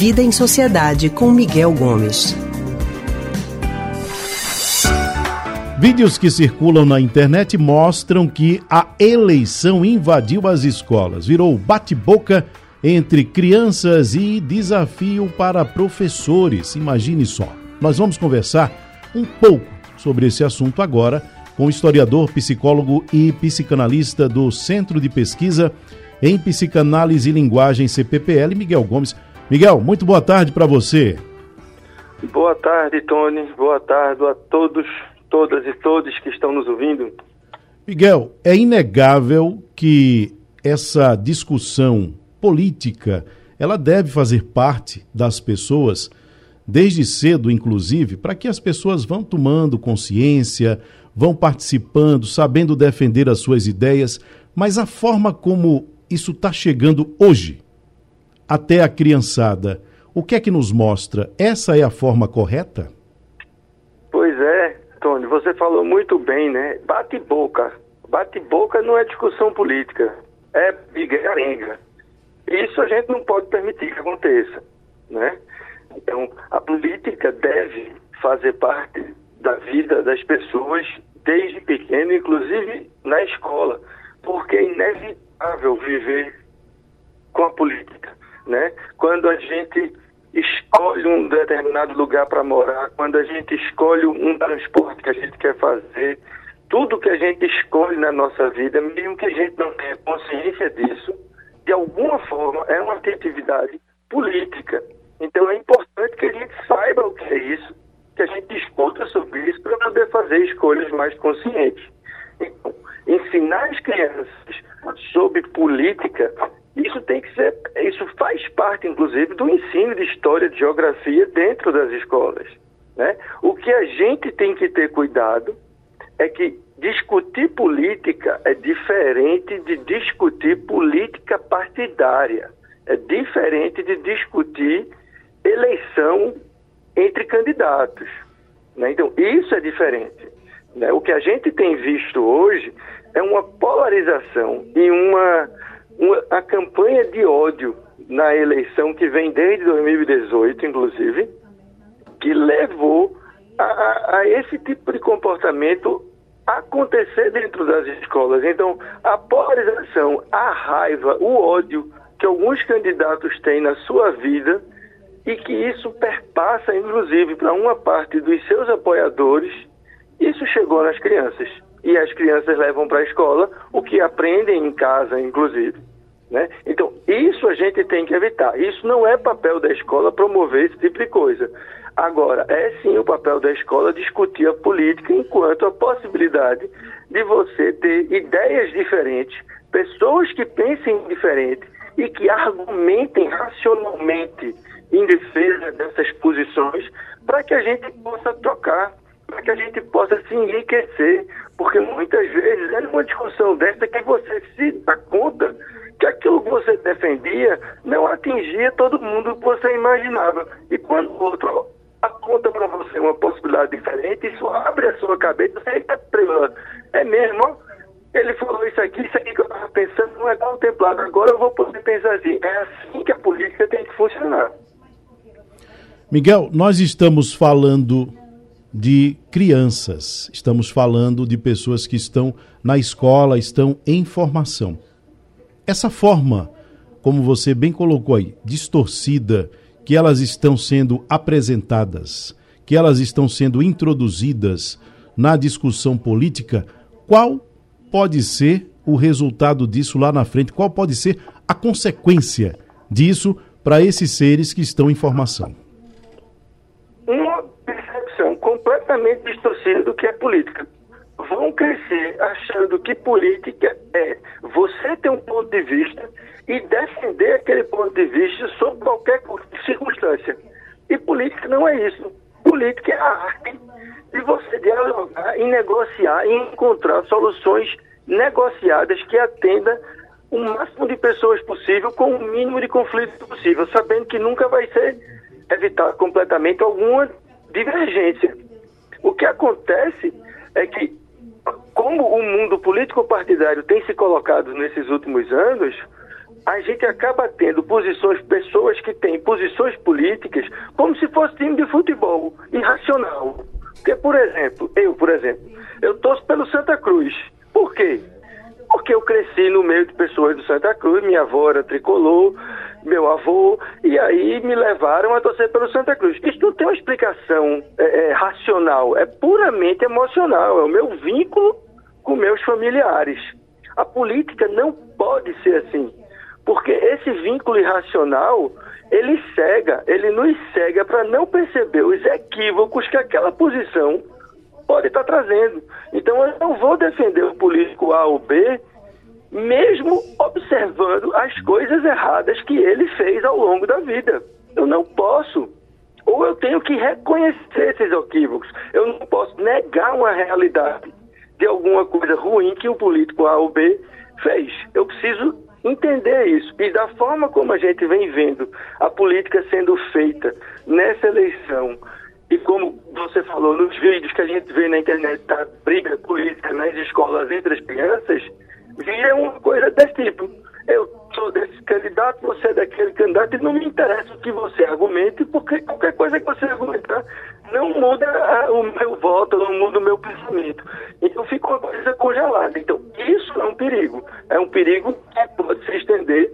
Vida em Sociedade com Miguel Gomes. Vídeos que circulam na internet mostram que a eleição invadiu as escolas, virou bate-boca entre crianças e desafio para professores. Imagine só. Nós vamos conversar um pouco sobre esse assunto agora com o historiador, psicólogo e psicanalista do Centro de Pesquisa em Psicanálise e Linguagem, CPPL, Miguel Gomes. Miguel, muito boa tarde para você. Boa tarde, Tony. Boa tarde a todos, todas e todos que estão nos ouvindo. Miguel, é inegável que essa discussão política, ela deve fazer parte das pessoas, desde cedo, inclusive, para que as pessoas vão tomando consciência, vão participando, sabendo defender as suas ideias, mas a forma como isso está chegando hoje, até a criançada, o que é que nos mostra? Essa é a forma correta? Pois é, Tony, você falou muito bem, né? Bate-boca. Bate-boca não é discussão política, é briga e arenga. Isso a gente não pode permitir que aconteça, né? Então, a política deve fazer parte da vida das pessoas desde pequeno, inclusive na escola, porque é inevitável viver com a política, né? Quando a gente escolhe um determinado lugar para morar, quando a gente escolhe um transporte que a gente quer fazer, tudo que a gente escolhe na nossa vida, mesmo que a gente não tenha consciência disso, de alguma forma é uma atividade política. Então é importante que a gente saiba o que é isso, que a gente discuta sobre isso para poder fazer escolhas mais conscientes. Então, ensinar as crianças sobre política, isso faz parte, inclusive, do ensino de história, de geografia dentro das escolas, né? O que a gente tem que ter cuidado é que discutir política é diferente de discutir política partidária, é diferente de discutir eleição entre candidatos, né? Então, isso é diferente, né? O que a gente tem visto hoje é uma polarização e a campanha de ódio na eleição que vem desde 2018, inclusive, que levou a esse tipo de comportamento acontecer dentro das escolas. Então, a polarização, a raiva, o ódio que alguns candidatos têm na sua vida e que isso perpassa, inclusive, para uma parte dos seus apoiadores, isso chegou nas crianças. E as crianças levam para a escola o que aprendem em casa, inclusive, né? Então, isso a gente tem que evitar. Isso não é papel da escola promover esse tipo de coisa. Agora, é sim o papel da escola discutir a política enquanto a possibilidade de você ter ideias diferentes, pessoas que pensem diferente e que argumentem racionalmente em defesa dessas posições para que a gente possa trocar, para que a gente possa se enriquecer, porque muitas vezes é numa discussão dessa que você se dá conta que aquilo que você defendia não atingia todo mundo que você imaginava. E quando o outro aponta para você uma possibilidade diferente, isso abre a sua cabeça, você fica tremendo. É mesmo, ó, ele falou isso aqui que eu estava pensando não é contemplado, agora eu vou poder pensar assim. É assim que a política tem que funcionar. Miguel, nós estamos falando de crianças, estamos falando de pessoas que estão na escola, estão em formação. Essa forma, como você bem colocou aí, distorcida, que elas estão sendo apresentadas, que elas estão sendo introduzidas na discussão política, qual pode ser o resultado disso lá na frente? Qual pode ser a consequência disso para esses seres que estão em formação? Uma percepção completamente distorcida do que é política. Vão crescer achando que política é você ter um ponto de vista e defender aquele ponto de vista sob qualquer circunstância. E política não é isso. Política é a arte de você dialogar e negociar e encontrar soluções negociadas que atendam o máximo de pessoas possível com o mínimo de conflito possível, sabendo que nunca vai ser evitar completamente alguma divergência. O que acontece é que, como o mundo político-partidário tem se colocado nesses últimos anos, a gente acaba tendo pessoas que têm posições políticas como se fosse time de futebol, irracional. Porque, por exemplo, eu torço pelo Santa Cruz. Por quê? Porque eu cresci no meio de pessoas do Santa Cruz, minha avó era tricolor, meu avô, e aí me levaram a torcer pelo Santa Cruz. Isso não tem uma explicação racional, é puramente emocional, é o meu vínculo com meus familiares. A política não pode ser assim, porque esse vínculo irracional, ele nos cega para não perceber os equívocos que aquela posição pode estar trazendo. Então eu não vou defender o político A ou B, mesmo observando as coisas erradas que ele fez ao longo da vida. Eu não posso. Ou eu tenho que reconhecer esses equívocos. Eu não posso negar uma realidade de alguma coisa ruim que o político A ou B fez. Eu preciso entender isso. E da forma como a gente vem vendo a política sendo feita nessa eleição, e como você falou nos vídeos que a gente vê na internet da briga política nas escolas entre as crianças, vira uma coisa desse tipo. Eu sou desse candidato, você é daquele candidato, e não me interessa o que você argumente, porque qualquer coisa que você argumentar não muda o meu voto, não muda o meu pensamento. Então fica uma coisa congelada. Então isso é um perigo. É um perigo que pode se estender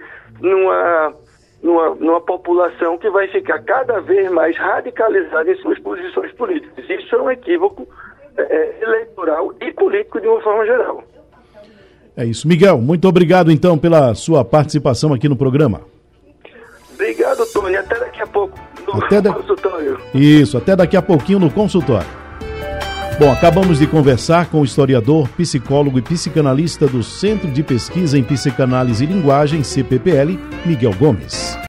numa população que vai ficar cada vez mais radicalizada em suas posições políticas. Isso é um equívoco eleitoral e político de uma forma geral. É isso. Miguel, muito obrigado então pela sua participação aqui no programa. Obrigado, Tony. Até daqui a pouco no consultório. Isso, até daqui a pouquinho no consultório. Bom, acabamos de conversar com o historiador, psicólogo e psicanalista do Centro de Pesquisa em Psicanálise e Linguagem, CPPL, Miguel Gomes.